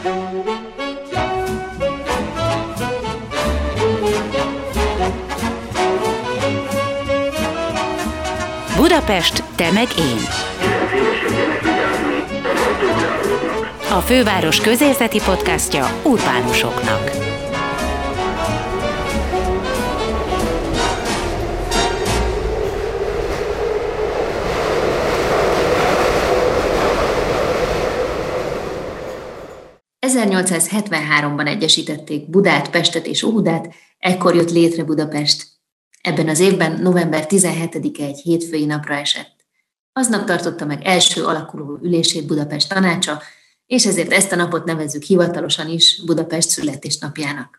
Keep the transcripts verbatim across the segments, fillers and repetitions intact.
Budapest, te meg én. A főváros közérzeti podcastja urbánusoknak. ezernyolcszázhetvenháromban egyesítették Budát, Pestet és Óbudát, ekkor jött létre Budapest. Ebben az évben november tizenhetedike egy hétfői napra esett. Aznap tartotta meg első alakuló ülését Budapest tanácsa, és ezért ezt a napot nevezzük hivatalosan is Budapest születésnapjának.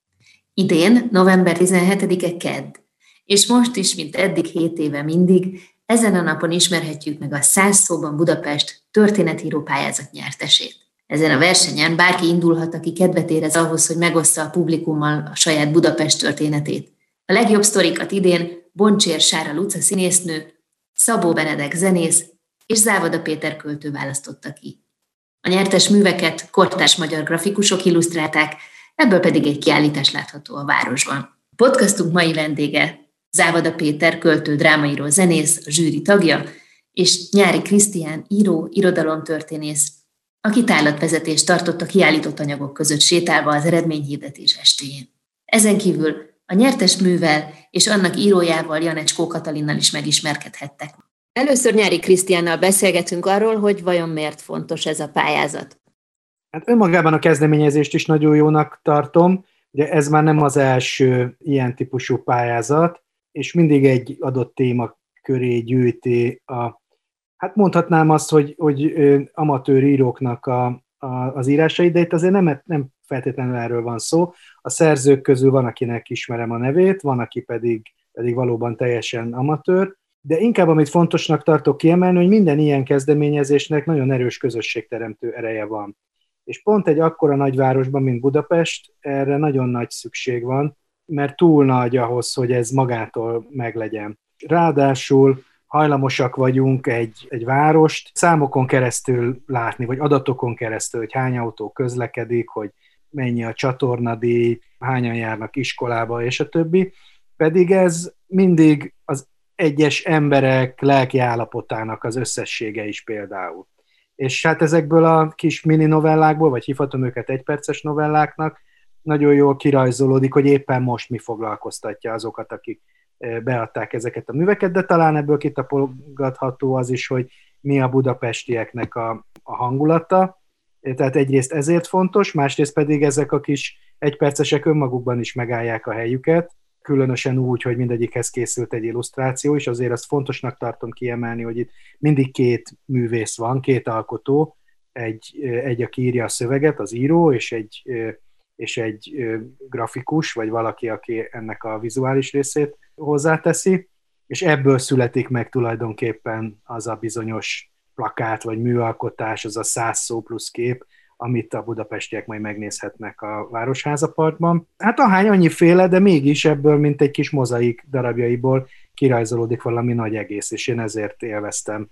Idén november tizenhetedike kedd, és most is, mint eddig hét éve mindig, ezen a napon ismerhetjük meg a száz szóban Budapest történetíró pályázat nyertesét. Ezen a versenyen bárki indulhat, aki kedvet érez ahhoz, hogy megossza a publikummal a saját Budapest történetét. A legjobb sztorikat idén Boncsér Sára Luca színésznő, Szabó Benedek zenész és Závada Péter költő választotta ki. A nyertes műveket kortárs magyar grafikusok illusztrálták, ebből pedig egy kiállítás látható a városban. A podcastunk mai vendége Závada Péter költő, drámaíró, zenész, a zsűri tagja, és Nyári Krisztián író, irodalomtörténész, aki tárlatvezetést tartott a kiállított anyagok között sétálva az eredményhirdetés estéjén. Ezen kívül a nyertes művel és annak írójával, Janecskó Katalinnal is megismerkedhettek. Először Nyári Krisztiánnal beszélgetünk arról, hogy vajon miért fontos ez a pályázat. Hát önmagában a kezdeményezést is nagyon jónak tartom, ugye ez már nem az első ilyen típusú pályázat, és mindig egy adott téma köré gyűjti a, hát mondhatnám azt, hogy, hogy amatőr íróknak a, a, az írásait, de itt azért nem, nem feltétlenül erről van szó. A szerzők közül van, akinek ismerem a nevét, van, aki pedig, pedig valóban teljesen amatőr, de inkább amit fontosnak tartok kiemelni, hogy minden ilyen kezdeményezésnek nagyon erős közösségteremtő ereje van. És pont egy akkora nagyvárosban, mint Budapest, erre nagyon nagy szükség van, mert túl nagy ahhoz, hogy ez magától meglegyen. Ráadásul hajlamosak vagyunk egy, egy várost számokon keresztül látni, vagy adatokon keresztül, hogy hány autó közlekedik, hogy mennyi a csatornadíj, hányan járnak iskolába, és a többi. Pedig ez mindig az egyes emberek lelki állapotának az összessége is például. És hát ezekből a kis mini novellákból, vagy hívhatom őket egyperces novelláknak, nagyon jól kirajzolódik, hogy éppen most mi foglalkoztatja azokat, akik beadták ezeket a műveket, de talán ebből kitapolgatható az is, hogy mi a budapestieknek a, a hangulata. Tehát egyrészt ezért fontos, másrészt pedig ezek a kis egypercesek önmagukban is megállják a helyüket, különösen úgy, hogy mindegyikhez készült egy illusztráció, és azért azt fontosnak tartom kiemelni, hogy itt mindig két művész van, két alkotó, egy, egy aki írja a szöveget, az író, és egy, és egy grafikus, vagy valaki, aki ennek a vizuális részét hozzáteszi, és ebből születik meg tulajdonképpen az a bizonyos plakát, vagy műalkotás, az a száz szó plusz kép, amit a budapestiek majd megnézhetnek a Városházaparkban. Hát ahány annyiféle, de mégis ebből, mint egy kis mozaik darabjaiból kirajzolódik valami nagy egész, és én ezért élveztem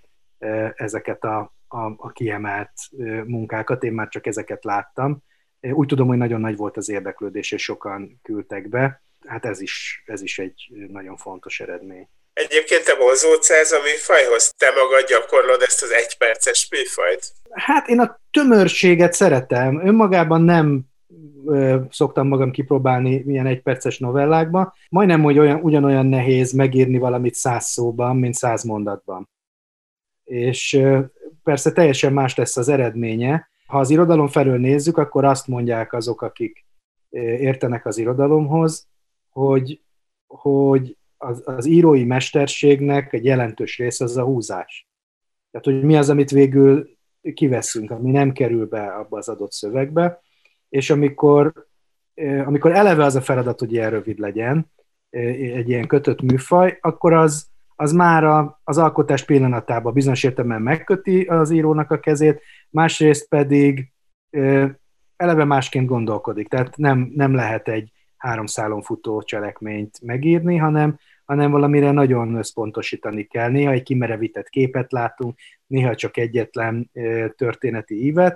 ezeket a, a, a kiemelt munkákat, én már csak ezeket láttam. Úgy tudom, hogy nagyon nagy volt az érdeklődés, és sokan küldtek be. Hát ez is, ez is egy nagyon fontos eredmény. Egyébként te vonzódsz ez a műfajhoz? Te magad gyakorlod ezt az egyperces műfajt? Hát én a tömörséget szeretem. Önmagában nem ö, szoktam magam kipróbálni milyen egyperces novellákban. Majdnem, hogy olyan, ugyanolyan nehéz megírni valamit száz szóban, mint száz mondatban. És ö, persze teljesen más lesz az eredménye. Ha az irodalom felől nézzük, akkor azt mondják azok, akik ö, értenek az irodalomhoz, hogy, hogy az, az írói mesterségnek egy jelentős része az a húzás. Tehát, hogy mi az, amit végül kiveszünk, ami nem kerül be abba az adott szövegbe, és amikor, amikor eleve az a feladat, hogy ilyen rövid legyen, egy ilyen kötött műfaj, akkor az, az már a, az alkotás pillanatában bizonyos értelemben megköti az írónak a kezét, másrészt pedig eleve másként gondolkodik, tehát nem, nem lehet egy három szálon futó cselekményt megírni, hanem, hanem valamire nagyon összpontosítani kell. Néha egy kimerevített képet látunk, néha csak egyetlen történeti ívet,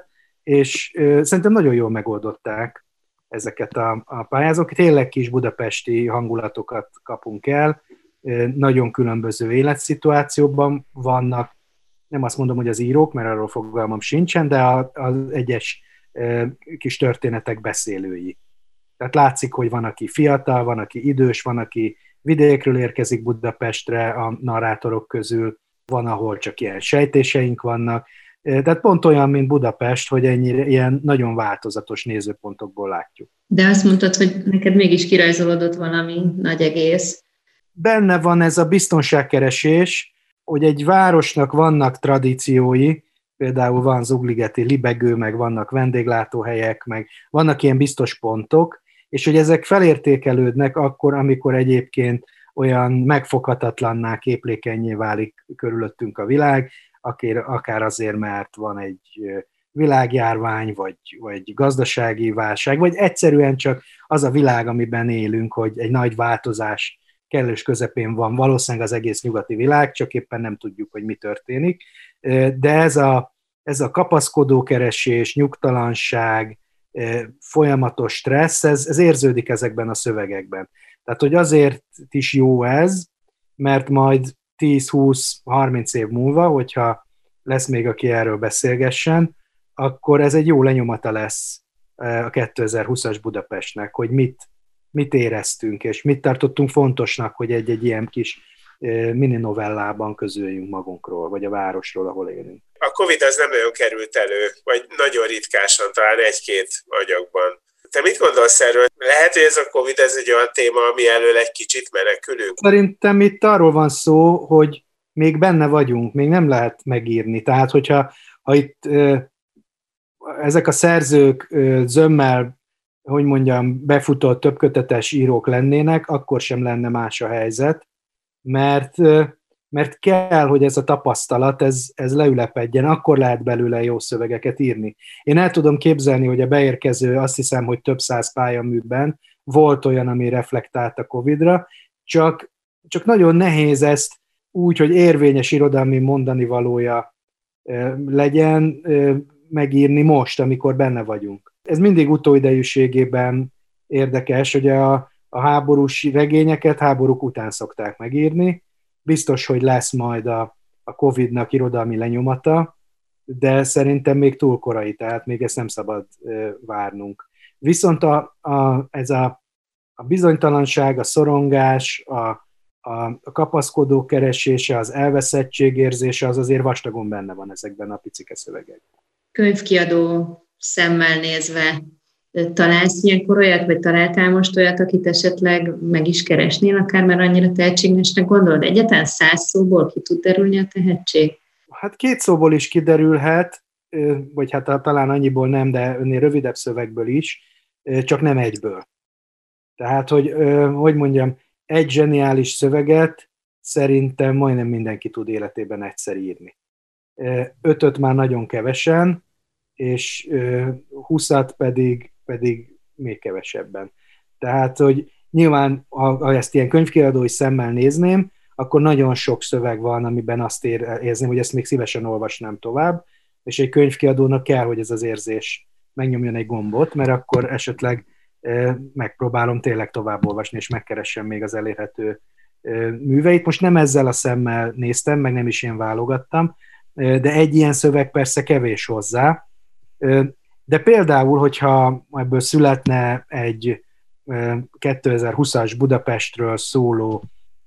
és ö, szerintem nagyon jól megoldották ezeket a, a pályázók. Tényleg kis budapesti hangulatokat kapunk el, ö, nagyon különböző életszituációban vannak, nem azt mondom, hogy az írók, mert arról fogalmam sincsen, de az egyes ö, kis történetek beszélői. Tehát látszik, hogy van, aki fiatal, van, aki idős, van, aki vidékről érkezik Budapestre a narrátorok közül, van, ahol csak ilyen sejtéseink vannak. Tehát pont olyan, mint Budapest, hogy ennyire ilyen nagyon változatos nézőpontokból látjuk. De azt mondtad, hogy neked mégis kirajzolódott valami nagy egész. Benne van ez a biztonságkeresés, hogy egy városnak vannak tradíciói, például van zugligeti libegő, meg vannak vendéglátóhelyek, meg vannak ilyen biztos pontok, és hogy ezek felértékelődnek akkor, amikor egyébként olyan megfoghatatlanná, képlékennyé válik körülöttünk a világ, akár azért, mert van egy világjárvány, vagy, vagy gazdasági válság, vagy egyszerűen csak az a világ, amiben élünk, hogy egy nagy változás kellős közepén van valószínűleg az egész nyugati világ, csak éppen nem tudjuk, hogy mi történik. De ez a, ez a kapaszkodókeresés, nyugtalanság, folyamatos stressz, ez, ez érződik ezekben a szövegekben. Tehát, hogy azért is jó ez, mert majd tíz-húsz-harminc év múlva, hogyha lesz még, aki erről beszélgessen, akkor ez egy jó lenyomata lesz a kétezer-húszas Budapestnek, hogy mit, mit éreztünk, és mit tartottunk fontosnak, hogy egy-egy ilyen kis mini novellában közöljünk magunkról, vagy a városról, ahol élünk. A Covid az nem nagyon került elő, vagy nagyon ritkásan, talán egy-két anyagban. Te mit gondolsz erről? Lehet, hogy ez a Covid ez egy olyan téma, ami elől egy kicsit menekülünk? Szerintem itt arról van szó, hogy még benne vagyunk, még nem lehet megírni. Tehát, hogyha ha itt ezek a szerzők zömmel, hogy mondjam, befutott többkötetes írók lennének, akkor sem lenne más a helyzet, mert, mert kell, hogy ez a tapasztalat, ez, ez leülepedjen, akkor lehet belőle jó szövegeket írni. Én el tudom képzelni, hogy a beérkező, azt hiszem, hogy több száz pályaműben volt olyan, ami reflektált a Covidra, csak, csak nagyon nehéz ezt úgy, hogy érvényes irodalmi mondani valója legyen, megírni most, amikor benne vagyunk. Ez mindig utóidejűségében érdekes, hogy a, a háborús regényeket háborúk után szokták megírni. Biztos, hogy lesz majd a, a Covidnak irodalmi lenyomata, de szerintem még túl korai, tehát még ezt nem szabad e, várnunk. Viszont a, a, ez a, a bizonytalanság, a szorongás, a, a, a kapaszkodó keresése, az elveszettség érzése, az azért vastagon benne van ezekben a picike szövegekben. Könyvkiadó szemmel nézve találsz ilyenkor olyat, vagy találtál most olyat, akit esetleg meg is keresnél, akár már annyira tehetségesnek gondolod? Egyáltalán száz szóból ki tud derülni a tehetség? Hát két szóból is kiderülhet, vagy hát talán annyiból nem, de önnél rövidebb szövegből is, csak nem egyből. Tehát, hogy, hogy mondjam, egy zseniális szöveget szerintem majdnem mindenki tud életében egyszer írni. Ötöt már nagyon kevesen, és húszat pedig, pedig még kevesebben. Tehát, hogy nyilván, ha ezt ilyen könyvkiadói szemmel nézném, akkor nagyon sok szöveg van, amiben azt ér, érzem, hogy ezt még szívesen olvasnám tovább, és egy könyvkiadónak kell, hogy ez az érzés megnyomjon egy gombot, mert akkor esetleg megpróbálom tényleg tovább olvasni, és megkeressem még az elérhető műveit. Most nem ezzel a szemmel néztem, meg nem is én válogattam, de egy ilyen szöveg persze kevés hozzá. De például, hogyha ebből születne egy kétezer-húszas Budapestről szóló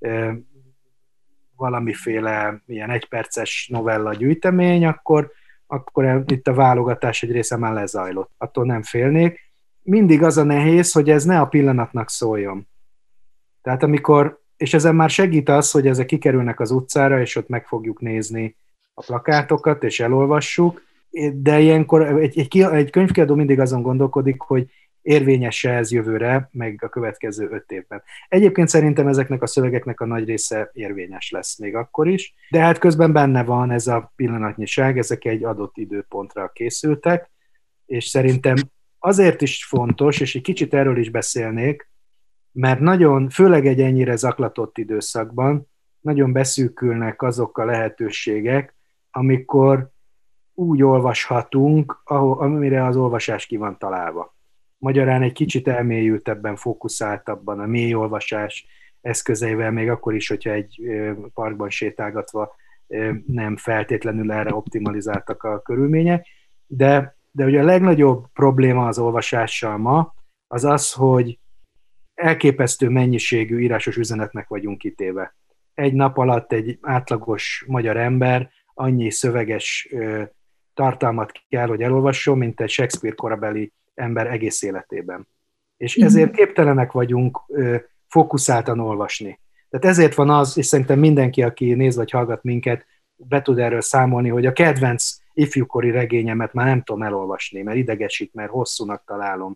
valamiféle ilyen egyperces novella gyűjtemény, akkor, akkor itt a válogatás egy része már lezajlott. Attól nem félnék. Mindig az a nehéz, hogy ez ne a pillanatnak szóljon. Tehát amikor, és ezen már segít az, hogy ezek kikerülnek az utcára, és ott meg fogjuk nézni a plakátokat, és elolvassuk, de ilyenkor egy, egy, egy könyvkiadó mindig azon gondolkodik, hogy érvényes-e ez jövőre, meg a következő öt évben. Egyébként szerintem ezeknek a szövegeknek a nagy része érvényes lesz még akkor is, de hát közben benne van ez a pillanatnyiság, ezek egy adott időpontra készültek, és szerintem azért is fontos, és egy kicsit erről is beszélnék, mert nagyon, főleg egy ennyire zaklatott időszakban, nagyon beszűkülnek azok a lehetőségek, amikor úgy olvashatunk, ahol, amire az olvasás ki van találva. Magyarán egy kicsit elmélyültebben, fókuszáltabban a mély olvasás eszközeivel, még akkor is, hogyha egy parkban sétálgatva nem feltétlenül erre optimalizáltak a körülmények, de, de ugye a legnagyobb probléma az olvasással ma az az, hogy elképesztő mennyiségű írásos üzenetnek vagyunk kitéve. Egy nap alatt egy átlagos magyar ember annyi szöveges ö, tartalmat kell, hogy elolvasson, mint egy Shakespeare korabeli ember egész életében. És ezért képtelenek vagyunk ö, fókuszáltan olvasni. Tehát ezért van az, és szerintem mindenki, aki néz vagy hallgat minket, be tud erről számolni, hogy a kedvenc ifjúkori regényemet már nem tudom elolvasni, mert idegesít, mert hosszúnak találom.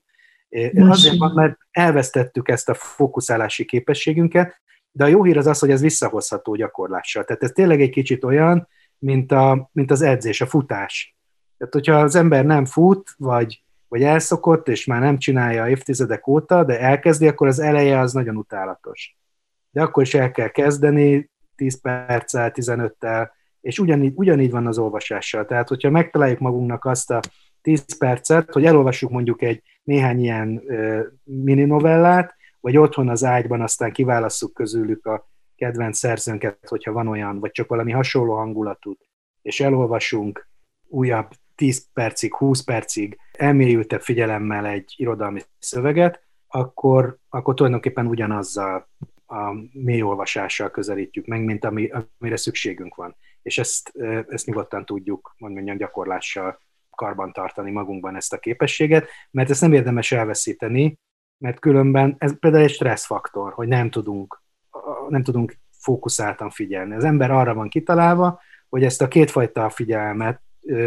Azért van, mert elvesztettük ezt a fókuszálási képességünket, de a jó hír az az, hogy ez visszahozható gyakorlással. Tehát ez tényleg egy kicsit olyan, mint, a, mint az edzés, a futás. Tehát hogyha az ember nem fut, vagy, vagy elszokott, és már nem csinálja évtizedek óta, de elkezdi, akkor az eleje az nagyon utálatos. De akkor is el kell kezdeni, tíz perccel, tizenöttel, és ugyanígy, ugyanígy van az olvasással. Tehát, hogyha megtaláljuk magunknak azt a tíz percet, hogy elolvassuk mondjuk egy néhány ilyen uh, mini novellát, vagy otthon az ágyban aztán kiválasszuk közülük a kedvenc szerzőnket, hogyha van olyan, vagy csak valami hasonló hangulatút, és elolvasunk újabb tíz percig, húsz percig elmélyültebb figyelemmel egy irodalmi szöveget, akkor, akkor tulajdonképpen ugyanazzal a mély olvasással közelítjük meg, mint ami, amire szükségünk van. És ezt, ezt nyugodtan tudjuk, mondjam, gyakorlással karbantartani magunkban ezt a képességet, mert ezt nem érdemes elveszíteni, mert különben ez például egy stresszfaktor, hogy nem tudunk, nem tudunk fókuszáltan figyelni. Az ember arra van kitalálva, hogy ezt a kétfajta figyelmet ö,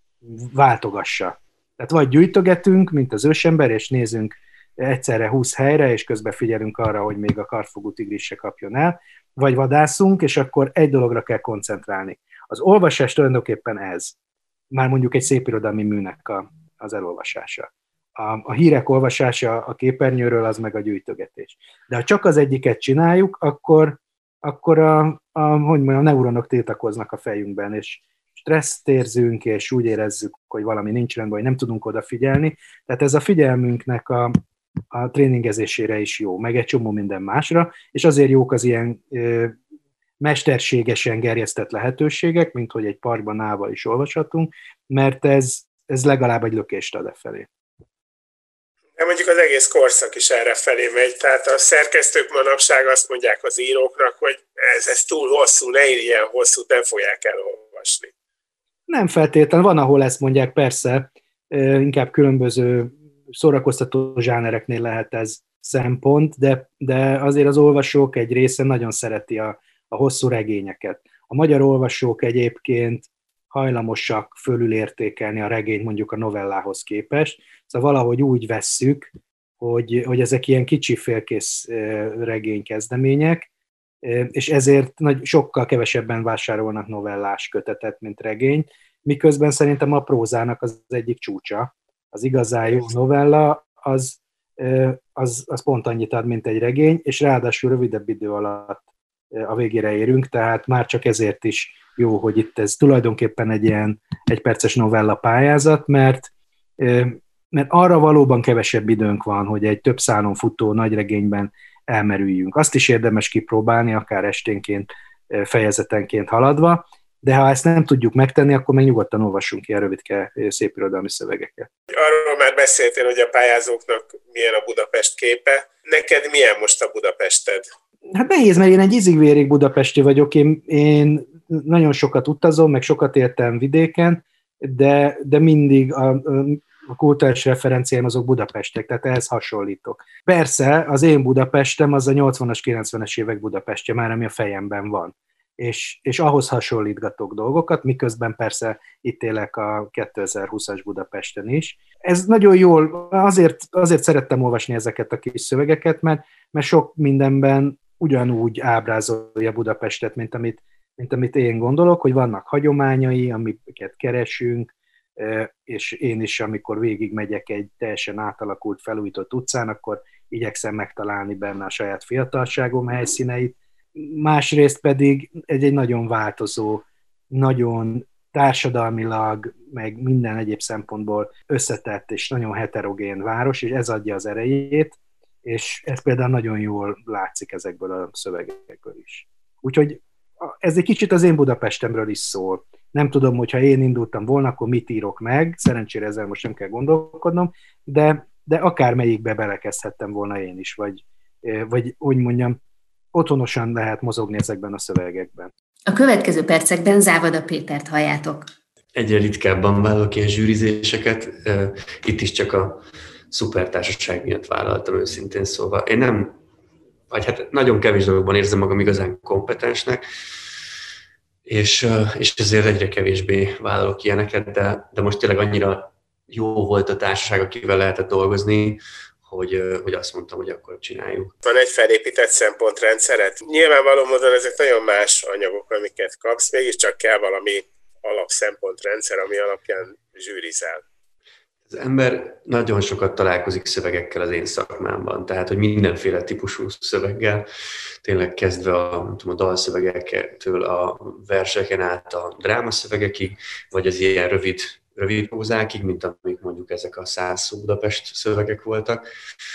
váltogassa. Tehát vagy gyűjtögetünk, mint az ősember, és nézünk egyszerre húsz helyre, és közben figyelünk arra, hogy még a kartfogú tigris se kapjon el, vagy vadászunk, és akkor egy dologra kell koncentrálni. Az olvasás tulajdonképpen ez. Már mondjuk egy szépirodalmi műnek a, az elolvasása. A, a hírek olvasása a képernyőről, az meg a gyűjtögetés. De ha csak az egyiket csináljuk, akkor, akkor a, a, hogy mondjam, a neuronok tiltakoznak a fejünkben, és stresszt érzünk, és úgy érezzük, hogy valami nincs rendben, hogy nem tudunk odafigyelni. Tehát ez a figyelmünknek a, a tréningezésére is jó, meg egy csomó minden másra, és azért jók az ilyen ö, mesterségesen gerjesztett lehetőségek, mint hogy egy parkban állva is olvashatunk, mert ez, ez legalább egy lökést ad e felé. De mondjuk az egész korszak is erre felé megy, tehát a szerkesztők manapság azt mondják az íróknak, hogy ez, ez túl hosszú, ne írj ilyen hosszút, nem fogják elolvasni. Nem feltétlenül, van, ahol ezt mondják, persze, inkább különböző szórakoztató zsánereknél lehet ez szempont, de, de azért az olvasók egy része nagyon szereti a, a hosszú regényeket. A magyar olvasók egyébként hajlamosak fölülértékelni a regényt mondjuk a novellához képest, szóval valahogy úgy vesszük, hogy, hogy ezek ilyen kicsi félkész regénykezdemények, és ezért nagy, sokkal kevesebben vásárolnak novellás kötetet, mint regényt, miközben szerintem a prózának az egyik csúcsa. Az igazán jó novella, az, az, az pont annyit ad, mint egy regény, és ráadásul rövidebb idő alatt a végére érünk, tehát már csak ezért is jó, hogy itt ez tulajdonképpen egy ilyen egyperces novella pályázat, mert, mert arra valóban kevesebb időnk van, hogy egy több szálon futó nagyregényben elmerüljünk. Azt is érdemes kipróbálni, akár esténként, fejezetenként haladva, de ha ezt nem tudjuk megtenni, akkor meg nyugodtan olvassunk ilyen rövidke szépirodalmi szövegeket. Arról már beszéltél, hogy a pályázóknak milyen a Budapest képe. Neked milyen most a Budapested? Hát nehéz, mert én egy izig-vérig budapesti vagyok. Én, én nagyon sokat utazom, meg sokat éltem vidéken, de, de mindig a, a kulturális referenciáim azok budapestek, tehát ehhez hasonlítok. Persze az én Budapestem az a nyolcvanas, kilencvenes évek Budapestje már, ami a fejemben van. És, és ahhoz hasonlítgatok dolgokat, miközben persze itt élek a kétezer-húszas Budapesten is. Ez nagyon jól, azért, azért szerettem olvasni ezeket a kis szövegeket, mert, mert sok mindenben ugyanúgy ábrázolja Budapestet, mint amit, mint amit én gondolok, hogy vannak hagyományai, amiket keresünk, és én is, amikor végigmegyek egy teljesen átalakult, felújított utcán, akkor igyekszem megtalálni benne a saját fiatalságom helyszíneit. Másrészt pedig egy, egy nagyon változó, nagyon társadalmilag, meg minden egyéb szempontból összetett és nagyon heterogén város, és ez adja az erejét, és ez például nagyon jól látszik ezekből a szövegekből is. Úgyhogy ez egy kicsit az én Budapestemről is szól. Nem tudom, hogyha én indultam volna, akkor mit írok meg, szerencsére ezzel most nem kell gondolkodnom, de, de akármelyikbe belekezdhettem volna én is, vagy, vagy úgy mondjam, otthonosan lehet mozogni ezekben a szövegekben. A következő percekben Závada Pétert halljátok. Egyre ritkábban vállalok ilyen zsűrizéseket, itt is csak a szupertársaság miatt vállaltam őszintén szóval. Én nem, vagy hát nagyon kevés dologban érzem magam igazán kompetensnek, és, és ezért egyre kevésbé vállalok ilyeneket, de, de most tényleg annyira jó volt a társaság, akivel lehetett dolgozni, hogy, hogy azt mondtam, hogy akkor csináljuk. Van egy felépített szempontrendszeret. Nyilvánvaló módon ezek nagyon más anyagok, amiket kapsz, mégiscsak kell valami alapszempontrendszer, ami alapján zsűrizel. Az ember nagyon sokat találkozik szövegekkel az én szakmámban, tehát hogy mindenféle típusú szöveggel, tényleg kezdve a, tudom, a dalszövegektől a verseken át a drámaszövegekig, vagy az ilyen rövid, rövid prózákig, mint amik mondjuk ezek a száz szó Budapest szövegek voltak.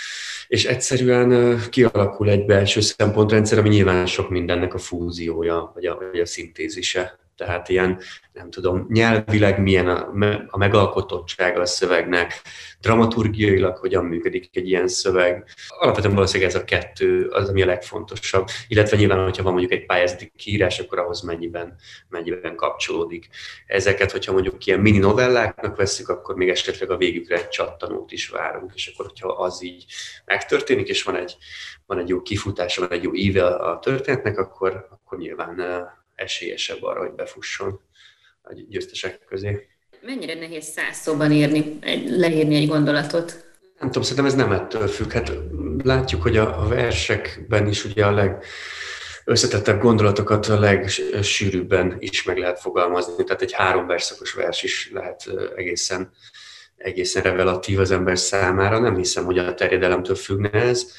És egyszerűen kialakul egy belső szempontrendszer, ami nyilván sok mindennek a fúziója, vagy a, vagy a szintézise. Tehát ilyen, nem tudom, nyelvileg milyen a, a megalkotottsága a szövegnek, dramaturgiailag hogyan működik egy ilyen szöveg. Alapvetően valószínűleg ez a kettő az, ami a legfontosabb. Illetve nyilván, hogyha van mondjuk egy pályázati kiírás, akkor ahhoz mennyiben, mennyiben kapcsolódik. Ezeket, hogyha mondjuk ilyen mini novelláknak vesszük, akkor még esetleg a végükre egy csattanót is várunk. És akkor, hogyha az így megtörténik, és van egy, van egy jó kifutása, van egy jó íve a történetnek, akkor, akkor nyilván esélyesebb arra, hogy befusson a győztesek közé. Mennyire nehéz száz szóban írni, leírni egy gondolatot? Nem tudom, szerintem ez nem ettől függ. Hát látjuk, hogy a, a versekben is ugye a legösszetettebb gondolatokat a legsűrűbben is meg lehet fogalmazni. Tehát egy három versszakos vers is lehet egészen, egészen revelatív az ember számára. Nem hiszem, hogy a terjedelemtől függne ez.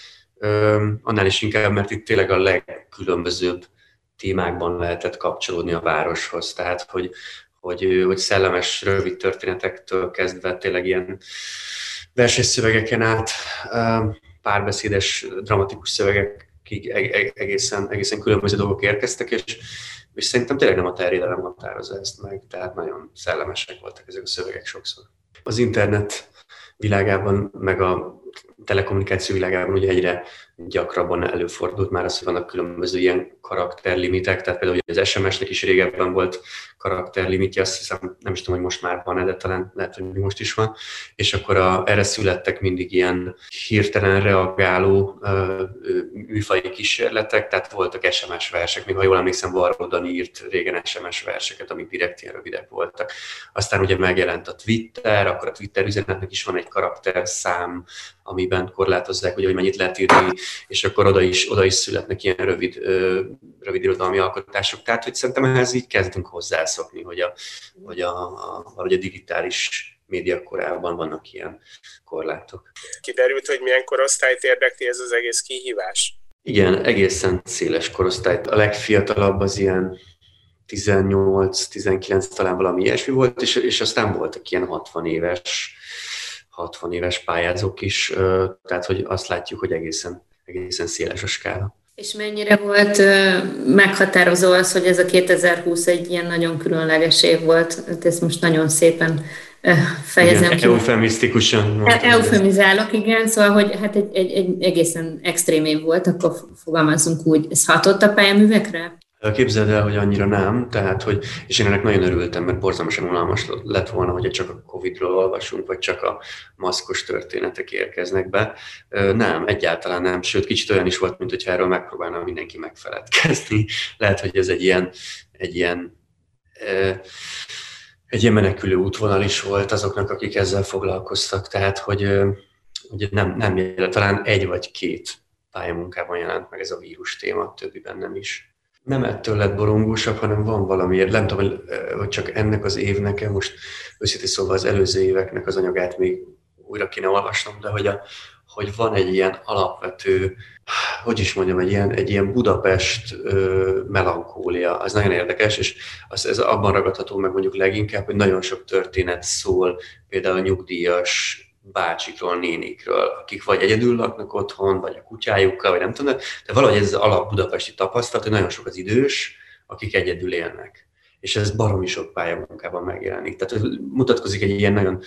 Annál is inkább, mert itt tényleg a legkülönbözőbb témákban lehetett kapcsolódni a városhoz. Tehát, hogy, hogy, hogy szellemes, rövid történetektől kezdve tényleg ilyen versenyszövegeken át, párbeszédes, dramatikus szövegekig egészen, egészen különböző dolgok érkeztek, és, és szerintem tényleg nem a terjedelem határozza ezt meg, tehát nagyon szellemesek voltak ezek a szövegek sokszor. Az internet világában, meg a telekommunikáció világában ugye egyre gyakrabban előfordult már az, hogy vannak különböző ilyen karakterlimitek, tehát például az es em es-nek is régebben volt karakterlimitje, azt hiszem, nem is tudom, hogy most már van, de talán lehet, hogy most is van, és akkor a, erre születtek mindig ilyen hirtelen reagáló uh, műfaji kísérletek, tehát voltak es em es versek, még ha jól emlékszem, Varró Dani írt régen es em es verseket, amik direkt ilyen rövidek voltak. Aztán ugye megjelent a Twitter, akkor a Twitter üzenetnek is van egy karakterszám, amiben korlátozzák, hogy mennyit lehet írni, és akkor oda is, oda is születnek ilyen rövid, ö, rövid irodalmi alkotások. Tehát, hogy szerintem ehhez így kezdünk hozzászokni, hogy a, hogy a, a, a, a digitális média korában vannak ilyen korlátok. Kiderült, hogy milyen korosztályt érdekli ez az egész kihívás? Igen, egészen széles korosztályt. A legfiatalabb az ilyen tizennyolc-tizenkilenc, talán valami ilyesmi volt, és, és aztán voltak ilyen hatvan éves, hatvan éves pályázók is, tehát hogy azt látjuk, hogy egészen, egészen széles a skála. És mennyire volt meghatározó az, hogy ez a kétezer-húsz egy ilyen nagyon különleges év volt? Ezt most nagyon szépen fejezem igen, ki. Eufemisztikusan. E- eufemizálok, igen, szóval, hogy hát egy, egy, egy egészen extrém év volt, akkor fogalmazunk úgy. Ez hatott a pályaművekre? Képzeld el, hogy annyira nem, tehát, hogy, és én ennek nagyon örültem, mert borzalmasan unalmas lett volna, hogy csak a Covidról olvasunk, vagy csak a maszkos történetek érkeznek be. Nem, egyáltalán nem, sőt, kicsit olyan is volt, mint hogyha erről megpróbálna mindenki megfeledkezni. Lehet, hogy ez egy ilyen, egy ilyen, egy ilyen menekülő útvonal is volt azoknak, akik ezzel foglalkoztak, tehát, hogy, hogy nem, nem, talán egy vagy két pályamunkában jelent meg ez a vírus téma, többiben nem is. Nem ettől lett borongósabb, hanem van valamiért. Nem tudom, hogy csak ennek az évnek, most őszintén szóval az előző éveknek az anyagát még újra kéne olvasnom, de hogy, a, hogy van egy ilyen alapvető, hogy is mondjam, egy ilyen, egy ilyen Budapest ö, melankólia, az nagyon érdekes, és az, ez abban ragadható meg mondjuk leginkább, hogy nagyon sok történet szól például a nyugdíjas bácsikról, nénikről, akik vagy egyedül laknak otthon, vagy a kutyájukkal, vagy nem tudom, de valahogy ez az alap budapesti tapasztalat, hogy nagyon sok az idős, akik egyedül élnek. És ez baromi sok pályamunkában megjelenik. Tehát mutatkozik egy ilyen nagyon,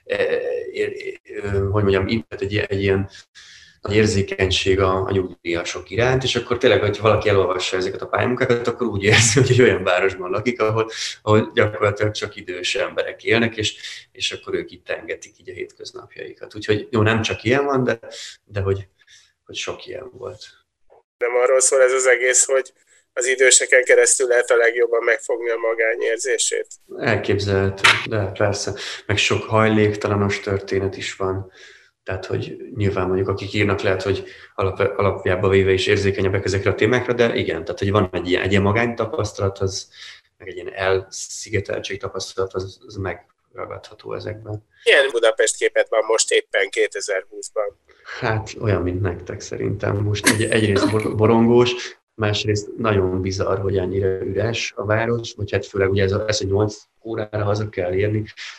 hogy mondjam, egy, egy ilyen nagy érzékenység a, a nyugdíjasok iránt, és akkor tényleg, hogyha valaki elolvassa ezeket a pályamunkákat, akkor úgy érzi, hogy egy olyan városban lakik, ahol, ahol gyakorlatilag csak idős emberek élnek, és, és akkor ők itt engedik így a hétköznapjaikat. Úgyhogy jó, nem csak ilyen van, de, de hogy, hogy sok ilyen volt. Nem arról szól ez az egész, hogy az időseken keresztül lehet a legjobban megfogni a magányérzését? Elképzelhető, de persze. Meg sok hajléktalanos történet is van. Tehát, hogy nyilván mondjuk akik írnak, lehet, hogy alap, alapjában véve is érzékenyebbek ezekre a témákra, de igen, tehát, hogy van egy ilyen, egy ilyen magánytapasztalat, az, meg egy ilyen elszigeteltség tapasztalat, az, az megragadható ezekben. Milyen Budapest képet van most éppen kétezer-húszban? Hát olyan, mint nektek szerintem. Most egy, egyrészt borongós, másrészt nagyon bizarr, hogy annyira üres a város, vagy hát főleg ugye ez a, ez a nyolc órára haza kell érni.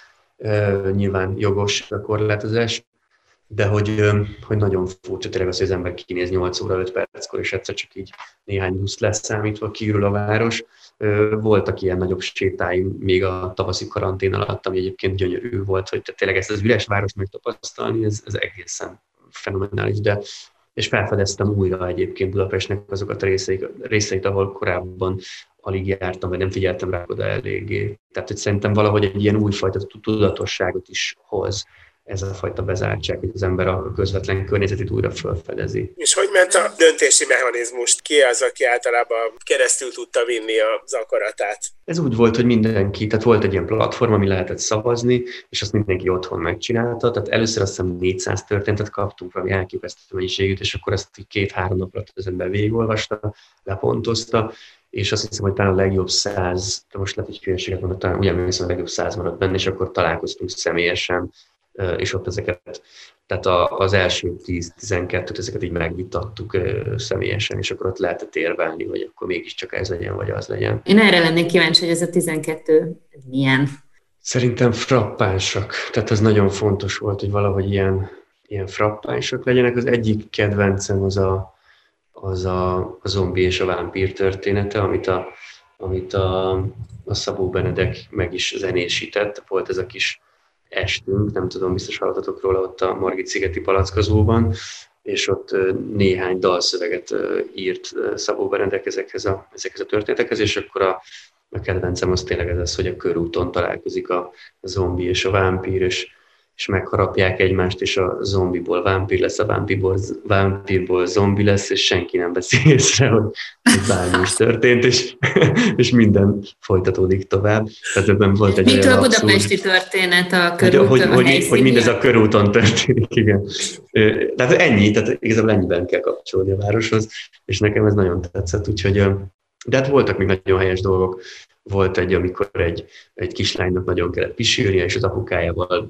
Uh, nyilván jogos a korlátozás, de hogy, hogy nagyon furcsa tényleg az, hogy az ember kinéz nyolc óra öt perckor, és egyszer csak így néhány busz leszámítva kiürül a város. Voltak ilyen nagyobb sétáim még a tavaszi karantén alatt, ami egyébként gyönyörű volt, hogy tényleg ezt az üres város megtapasztalni, ez, ez egészen fenomenális, de és felfedeztem újra egyébként Budapestnek azokat a részeit, részeit, ahol korábban alig jártam, vagy nem figyeltem rá oda eléggé. Tehát, hogy szerintem valahogy egy ilyen újfajta tudatosságot is hoz ez a fajta bezártság, hogy az ember a közvetlen környezetét újra felfedezi. És hogy ment a döntési mechanizmust? Ki az, aki általában keresztül tudta vinni az akaratát? Ez úgy volt, hogy mindenki, tehát volt egy ilyen platform, ami lehetett szavazni, és azt mindenki otthon megcsinálta. Tehát először azt hiszem négyszáz történetet kaptunk, valami elképesztő mennyiségűt, és akkor ezt két-három napra az ember végigolvasta, lepontozta, és azt hiszem, hogy talán a legjobb száz, de most lehet, hogy hülyeséget mondok, talán ugyan hiszem, a legjobb száz maradt benne, és akkor találkoztunk személyesen, és ott ezeket, tehát az első tíz-tizenkettőt ezeket így megvitattuk személyesen, és akkor ott lehetett érvelni, hogy akkor mégiscsak ez legyen, vagy az legyen. Én erre lennék kíváncsi, hogy ez a tizenkettő milyen? Szerintem frappánsak. Tehát ez nagyon fontos volt, hogy valahogy ilyen, ilyen frappánsak legyenek. Az egyik kedvencem az a, az a, a zombi és a vámpír története, amit a, amit a, a Szabó Benedek meg is zenésített. Volt ez a kis estünk, nem tudom, biztos hallottatok róla ott a Margit-szigeti palackozóban, és ott néhány dalszöveget írt Szabó Benedek ezekhez a, ezekhez a történetekhez, és akkor a, a kedvencem az tényleg ez az, hogy a körúton találkozik a, a zombi és a vámpír, és, és megharapják egymást, és a zombiból vámpír lesz, a vámpírból, vámpírból zombi lesz, és senki nem veszi észre, hogy, hogy bármi is történt, és, és minden folytatódik tovább. Tehát ebben volt egy Mitől olyan a budapesti abszurd, történet a körúton, hogy, a hogy, hogy, hogy mindez helyszínén? a körúton történik, igen. Tehát ennyi, tehát igazából ennyiben kell kapcsolódni a városhoz, és nekem ez nagyon tetszett, úgyhogy, de hát voltak még nagyon helyes dolgok. Volt egy, amikor egy, egy kislánynak nagyon kellett pisilnie, és az apukájával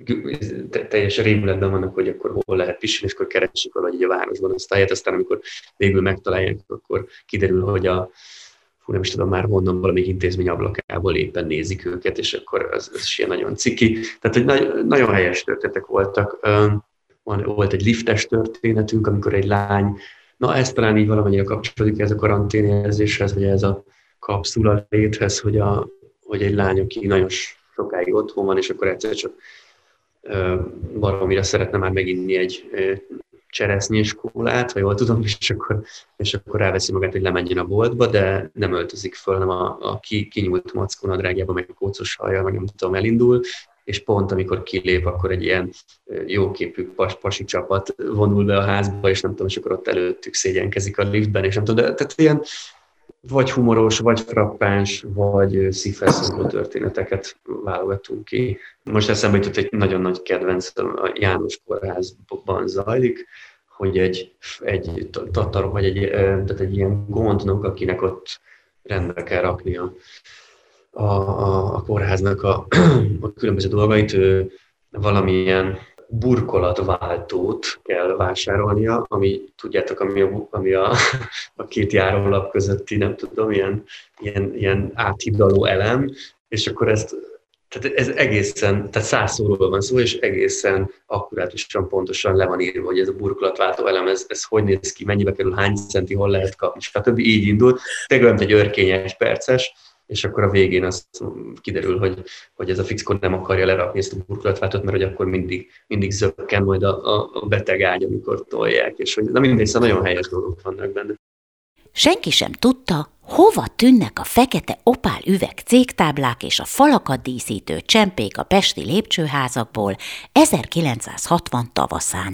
teljes rémületben vannak, hogy akkor hol lehet pisilni, és akkor keresik valahogy a városban azt a helyet, aztán amikor végül megtalálják, akkor kiderül, hogy a fú, nem is tudom már honnan, valamelyik intézmény ablakából éppen nézik őket, és akkor az, az is ilyen nagyon ciki. Tehát, hogy nagy, nagyon helyes történetek voltak. Van, volt egy liftes történetünk, amikor egy lány, na ez talán így valamennyire kapcsolódik ez a karanténérzéshez, vagy ez a kapszula léthez, hogy, a, hogy egy lány, aki nagyon sokáig otthon van, és akkor egyszer csak baromira szeretne már meginni egy cseresznyés kólát, ha jól tudom, és akkor, és akkor ráveszi magát, hogy lemenjen a boltba, de nem öltözik föl, hanem a, a ki, kinyúlt mackó nadrágjába, meg a kócos hajjal, meg nem tudom, elindul, és pont amikor kilép, akkor egy ilyen jóképű pas, pasi csapat vonul be a házba, és nem tudom, és akkor ott előttük szégyenkezik a liftben, és nem tudom, de tehát ilyen vagy humoros, vagy frappáns, vagy szívfelszoruló történeteket válogatunk ki. Most eszembe jutott egy nagyon nagy kedvenc, a János Kórházban zajlik, hogy egy, egy tatar, vagy egy, tehát egy ilyen gondnok, akinek ott rendbe kell rakni a, a, a kórháznak a, a különböző dolgait, ő valamilyen burkolatváltót kell vásárolnia, ami, tudjátok, ami a, ami a, a két járólap közötti, nem tudom, ilyen, ilyen, ilyen áthidaló elem, és akkor ezt, tehát ez egészen, tehát száz szóról van szó, és egészen akkurátusan, pontosan le van írva, hogy ez a burkolatváltó elem, ez, ez hogy néz ki, mennyibe kerül, hány centi, hol lehet kapni, stb. Így indult, tényleg egy örkényes perces, és akkor a végén az kiderül, hogy, hogy ez a Fixco nem akarja lerakni ezt a burkolatváltót, mert hogy akkor mindig, mindig zökken majd a, a beteg ágy, amikor tolják, és hogy na mindegy, szóval nagyon helyes dolgok vannak benne. Senki sem tudta, hova tűnnek a fekete opál üveg cégtáblák és a falakat díszítő csempék a pesti lépcsőházakból ezerkilencszázhatvan tavaszán.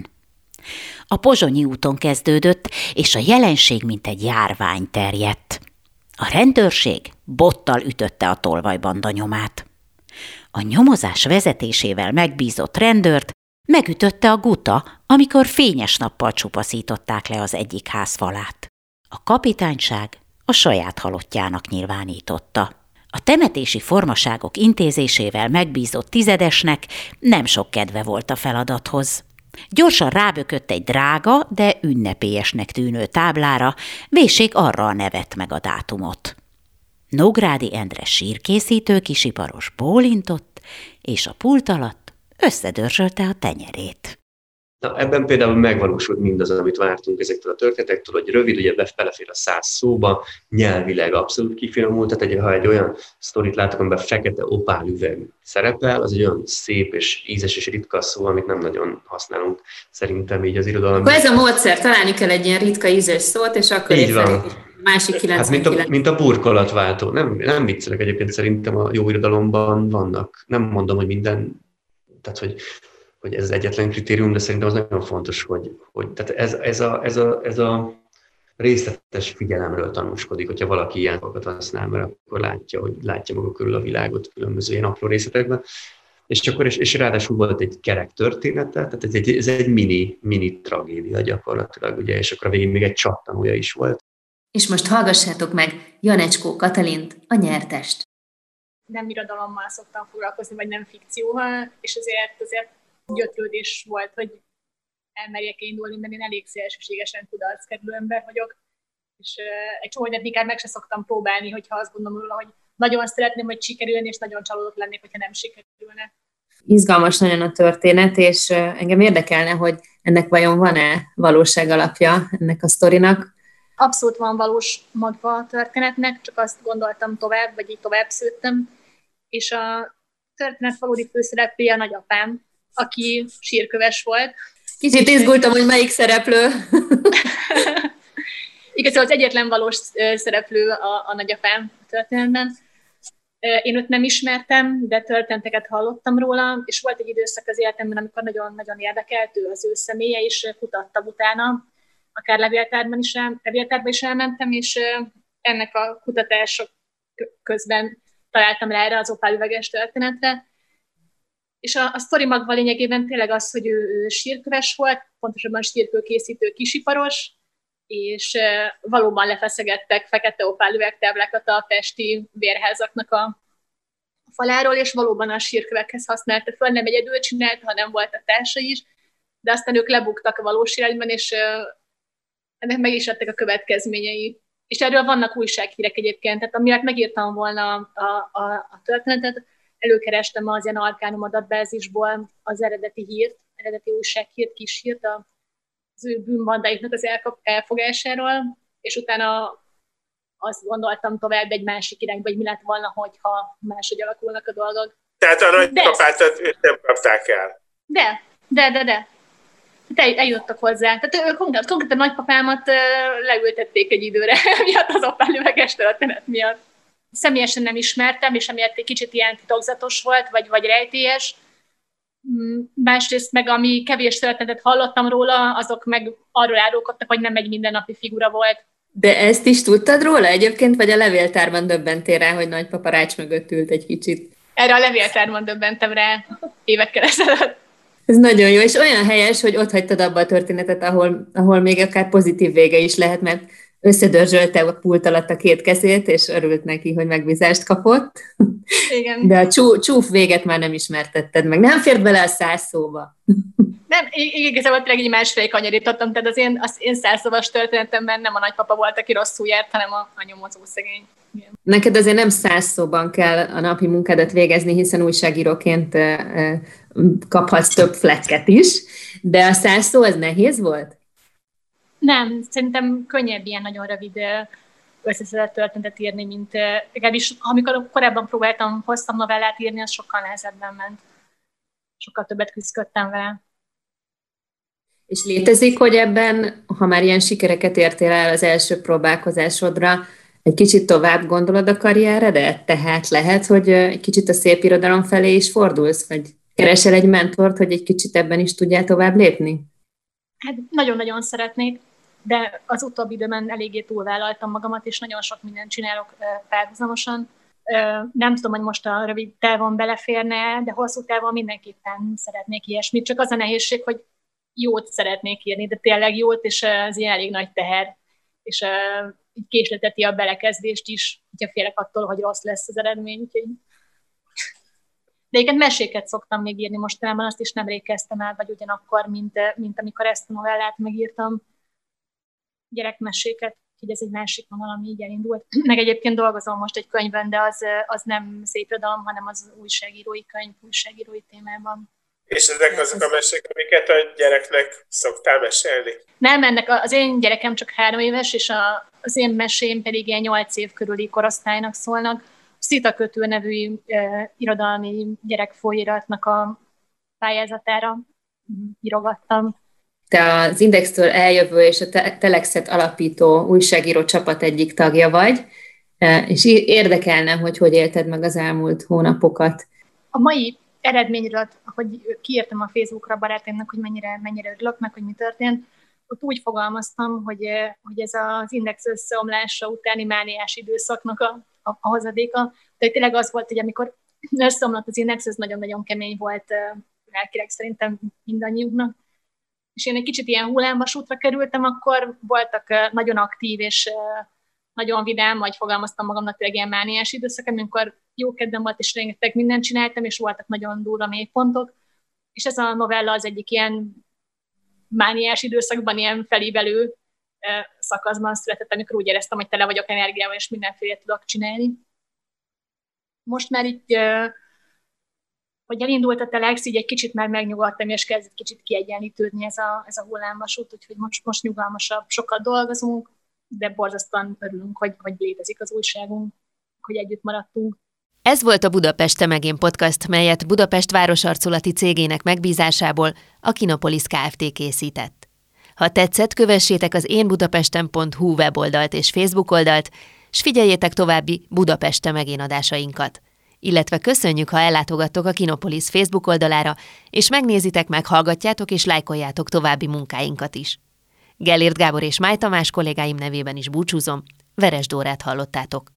A Pozsonyi úton kezdődött, és a jelenség mint egy járvány terjedt. A rendőrség bottal ütötte a tolvajbanda nyomát. A nyomozás vezetésével megbízott rendőrt megütötte a guta, amikor fényes nappal csupaszították le az egyik ház falát. A kapitányság a saját halottjának nyilvánította. A temetési formaságok intézésével megbízott tizedesnek nem sok kedve volt a feladathoz. Gyorsan rábökött egy drága, de ünnepélyesnek tűnő táblára, vésék arra a nevet meg a dátumot. Nógrádi Endre sírkészítő kisiparos bólintott, és a pult alatt összedörzsölte a tenyerét. Na, ebben például megvalósult mindaz, amit vártunk ezektől a történetektől, hogy rövid, ugye belefér a száz szóba, nyelvileg abszolút kifinomult, tehát egy, ha egy olyan sztorit látok, amiben fekete opálüveg szerepel, az egy olyan szép és ízes és ritka szó, amit nem nagyon használunk szerintem így az irodalomban. Akkor ez a módszer, találni kell egy ilyen ritka ízes szót, és akkor így van. Másik kilencvenkilenc. Hát mint a, mint a burkolatváltó. Nem, nem viccelek egyébként, szerintem a jó irodalomban vannak. Nem mondom, hogy minden, tehát hogy hogy ez az egyetlen kritérium, de szerintem az nagyon fontos, hogy, hogy tehát ez, ez, a, ez, a, ez a részletes figyelemről tanúskodik, hogyha valaki ilyen dolgokat használ, mert akkor látja, hogy látja maga körül a világot különböző ilyen apró részletekben. És, akkor, és, és ráadásul volt egy kerek története, tehát ez egy, ez egy mini, mini tragédia gyakorlatilag, ugye, és akkor a végén még egy csattanója is volt. És most hallgassátok meg Janecskó Katalint, a nyertest. Nem irodalommal szoktam foglalkozni, vagy nem fikcióval, és ezért azért gyötrődés volt, hogy elmerjek indulni, mert én elég szélsőségesen kudarckerülő ember vagyok, és uh, egy csomó mindent inkább meg se szoktam próbálni, hogyha azt gondolom róla, hogy nagyon szeretném, hogy sikerülni, és nagyon csalódott lennék, hogyha nem sikerülne. Izgalmas nagyon a történet, és engem érdekelne, hogy ennek vajon van-e valóság alapja ennek a sztorinak? Abszolút van valós maga a történetnek, csak azt gondoltam tovább, vagy így tovább szőttem, és a történet valódi főszereplője a nagyapám, aki sírköves volt. Kicsit izgultam, hogy melyik szereplő. Igazából az egyetlen valós szereplő a, a nagyapám a történetben. Én őt nem ismertem, de történeteket hallottam róla, és volt egy időszak az életemben, amikor nagyon-nagyon érdekelt ő az ő személye, és kutattam utána, akár levéltárban is, el, levéltárban is elmentem, és ennek a kutatások közben találtam rá erre az opálüveges történetre. És a, a sztori magva lényegében tényleg az, hogy ő, ő sírköves volt, pontosabban sírkőkészítő kisiparos, és e, valóban lefeszegettek fekete opálüvegtáblákat a pesti vérházaknak a faláról, és valóban a sírkövekhez használta föl, nem egyedül csinálta, hanem volt a társa is, de aztán ők lebuktak a valós életben, és e, ennek meg is lettek a következményei. És erről vannak újsághírek egyébként, tehát amiért megírtam volna a, a, a történetet, előkerestem az ilyen Arcanum adatbázisból az eredeti hírt, eredeti újsághírt, kis hírt az ő bűnbandáiknak az elkap, elfogásáról, és utána azt gondoltam tovább egy másik irányba, hogy mi lett volna, hogyha máshogy alakulnak a dolgok. Tehát a nagypapátot őt nem kapták el? De, de, de, de. Tehát eljutottak hozzá. Tehát ők konkrétan, konkrétan nagypapámat leültették egy időre miatt az opálüveges történet miatt. Személyesen nem ismertem, és emiatt egy kicsit ilyen titokzatos volt, vagy, vagy rejtélyes. Másrészt meg, ami kevés történetet hallottam róla, azok meg arról árulkodtak, hogy nem egy mindennapi figura volt. De ezt is tudtad róla egyébként, vagy a levéltárban döbbentél rá, hogy nagypapa rács mögött ült egy kicsit? Erre a levéltárban döbbentem rá évekkel ezelőtt. Ez nagyon jó, és olyan helyes, hogy ott hagytad abba a történetet, ahol, ahol még akár pozitív vége is lehet, mert összedörzsölte a pult alatt a két kezét, és örült neki, hogy megbízást kapott. Igen. De a csú, csúf véget már nem ismertetted meg. Nem fért bele a száz szóba. Nem, igazából tényleg így másfelé kanyarítottam, tehát az én, az én százszavas történetemben nem a nagypapa volt, aki rosszul járt, hanem a, a nyomozó szegény. Igen. Neked azért nem száz szóban kell a napi munkádat végezni, hiszen újságíróként kaphatsz több flekket is, de a száz szó az nehéz volt? Nem, szerintem könnyebb ilyen nagyon rövid összeszedett történetet írni, mint legalábbis amikor korábban próbáltam hosszabb novellát írni, az sokkal nehezebben ment. Sokkal többet küzdöttem vele. És létezik, hogy ebben, ha már ilyen sikereket értél el az első próbálkozásodra, egy kicsit tovább gondolod a karrieredet? Tehát lehet, hogy egy kicsit a szép irodalom felé is fordulsz, vagy keresel egy mentort, hogy egy kicsit ebben is tudjál tovább lépni? Hát nagyon-nagyon szeretnék, de az utóbbi időben eléggé túlvállaltam magamat, és nagyon sok mindent csinálok párhuzamosan. Nem tudom, hogy most a rövid távon beleférne, de hosszú távon mindenképpen szeretnék ilyesmit. Csak az a nehézség, hogy jót szeretnék írni, de tényleg jót, és ez ilyen elég nagy teher. És így késleteti a belekezdést is, hogyha félek attól, hogy rossz lesz az eredmény. Úgyhogy... De egyébként meséket szoktam még írni mostanában, azt is nemrég kezdtem el, vagy ugyanakkor, mint, mint amikor ezt a novellát megírtam. Gyerekmeséket, hogy ez egy másik vonal, ami így elindult. Meg egyébként dolgozom most egy könyvben, de az, az nem szépirodalom, hanem az újságírói könyv, újságírói témában. És ezek azok a mesék, amiket a gyereknek szoktál mesélni? Nem, ennek az én gyerekem csak három éves, és a, az én mesém pedig ilyen nyolc év körüli korosztálynak szólnak. Szitakötő nevű e, irodalmi gyerekfolyiratnak a pályázatára írogattam. Te az Indextől eljövő és a Telexet alapító újságíró csapat egyik tagja vagy, és érdekelne, hogy hogy élted meg az elmúlt hónapokat. A mai eredményről, hogy kiírtam a Facebookra barátaimnak, hogy mennyire, mennyire örülök meg, hogy mi történt, ott úgy fogalmaztam, hogy, hogy ez az Index összeomlása utáni mániás időszaknak a, a, a hozadéka. De tényleg az volt, hogy amikor összeomlott az Index, ez nagyon-nagyon kemény volt lelkileg szerintem mindannyiunknak. És én egy kicsit ilyen hullámvasútra kerültem, akkor voltak nagyon aktív és nagyon vidám, vagy fogalmaztam magamnak tényleg ilyen mániás időszak, amikor jó kedvem volt, és rengeteg mindent csináltam, és voltak nagyon durva mélypontok. És ez a novella az egyik ilyen mániás időszakban, ilyen felívelő szakaszban született, amikor úgy éreztem, hogy tele vagyok energiával, és mindenféle tudok csinálni. Most már így, hogy elindult a Telex, így egy kicsit már megnyugodtam, és kezdett kicsit kiegyenlítődni ez a, ez a hullámvasút, úgyhogy most, most nyugalmasabb, sokat dolgozunk, de borzasztóan örülünk, hogy, hogy létezik az újságunk, hogy együtt maradtunk. Ez volt a Budapest Temegén podcast, melyet Budapest városarculati cégének megbízásából a Kinopolis Kft. Készített. Ha tetszett, kövessétek az én budapesten pont hu weboldalt és Facebook oldalt, s figyeljétek további Budapest Temegén adásainkat. Illetve köszönjük, ha ellátogattok a Kinopolis Facebook oldalára, és megnézitek, meghallgatjátok és lájkoljátok további munkáinkat is. Gellért Gábor és Máj Tamás kollégáim nevében is búcsúzom, Veres Dórát hallottátok.